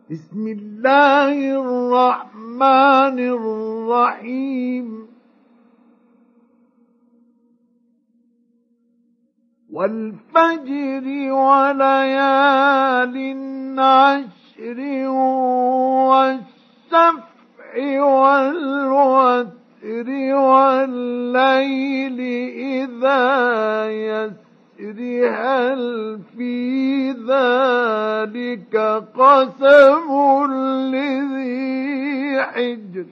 بسم الله الرحمن الرحيم والفجر وليال عشر والشفع والوتر والليل إذا يسر هل في ذلك قسم لذي حجر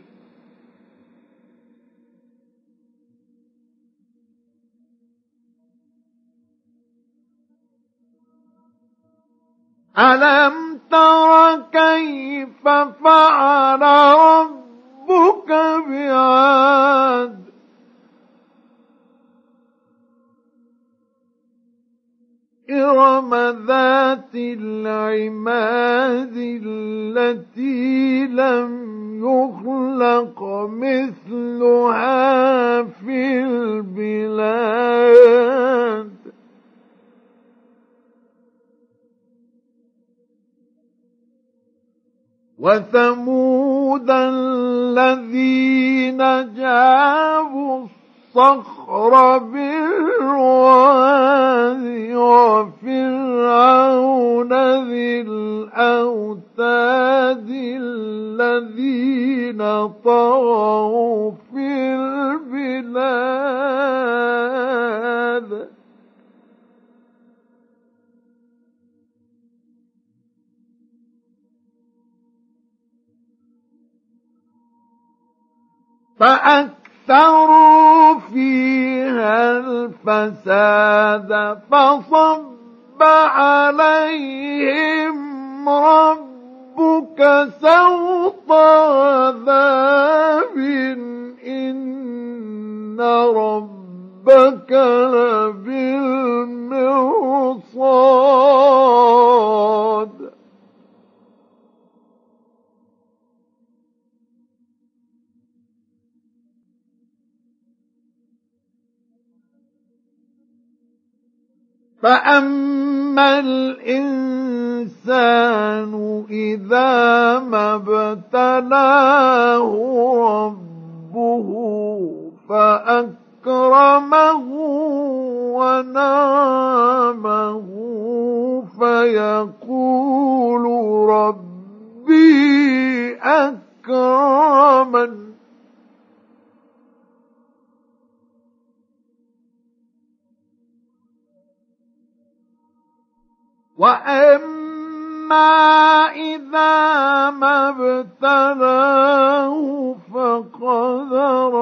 ألم تر كيف فعل ربك بعاد إرم ذات العماد التي لم يخلق مثلها في البلاد وثمود الذين جابوا الصخر بالواد وفرعون ذي الأوتاد الذين طغوا في البلاد فأكثروا فيها الفساد فصب عليهم ربك سوط عذاب إن ربك لبالمرصاد فأما الإنسان إذا ما ابتلاه ربه فأكرمه ونعمه فيقول ربي أكرمن وأما إذا ما ابتلاه فقدر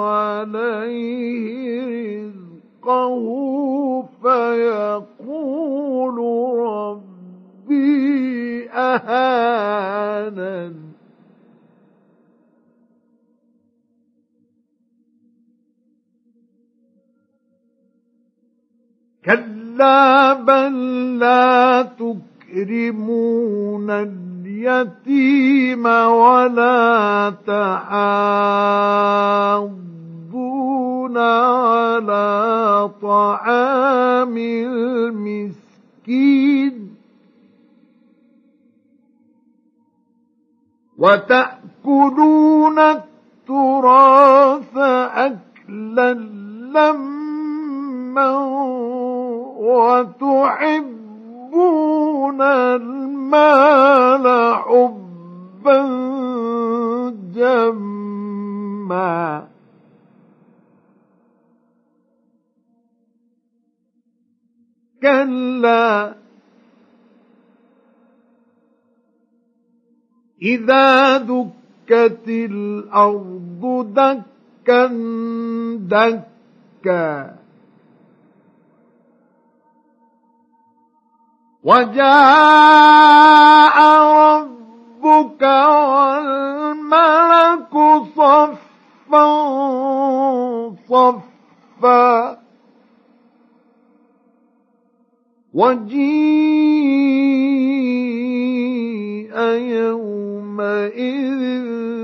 عليه رزقه فيقول ربي أهانن كلا بل لا تكرمون اليتيم ولا تحاضون على طعام المسكين وتأكلون التراث أكلا لما وتحبون المال حبا جما كلا إذا دكت الأرض دكا دكا وجاء ربك والملك صفا صفا وجيء يومئذ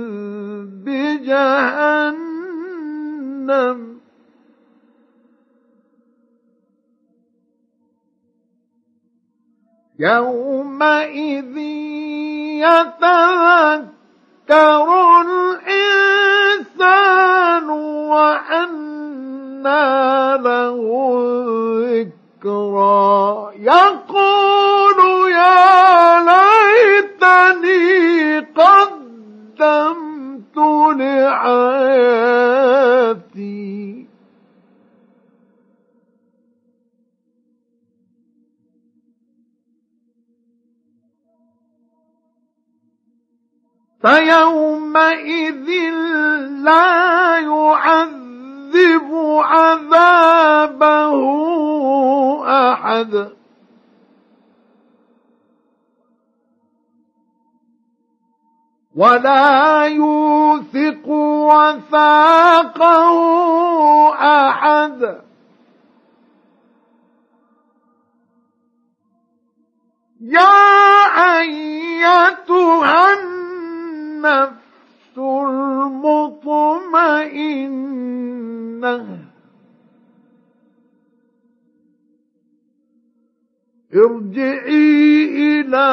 بجهنم يومئذ يتذكر الإنسان وأنى له الذكرى يقول يا ليتني قدمت لحياتي فيومئذ لا يعذب عذابه أحد ولا يوثق وثاقه أحد يا أيتها النفس المطمئنة ارجعي إلى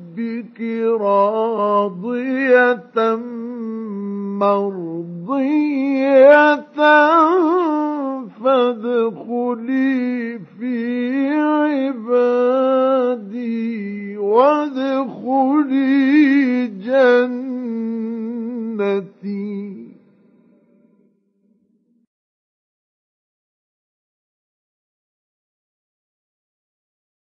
ربك راضية مرضية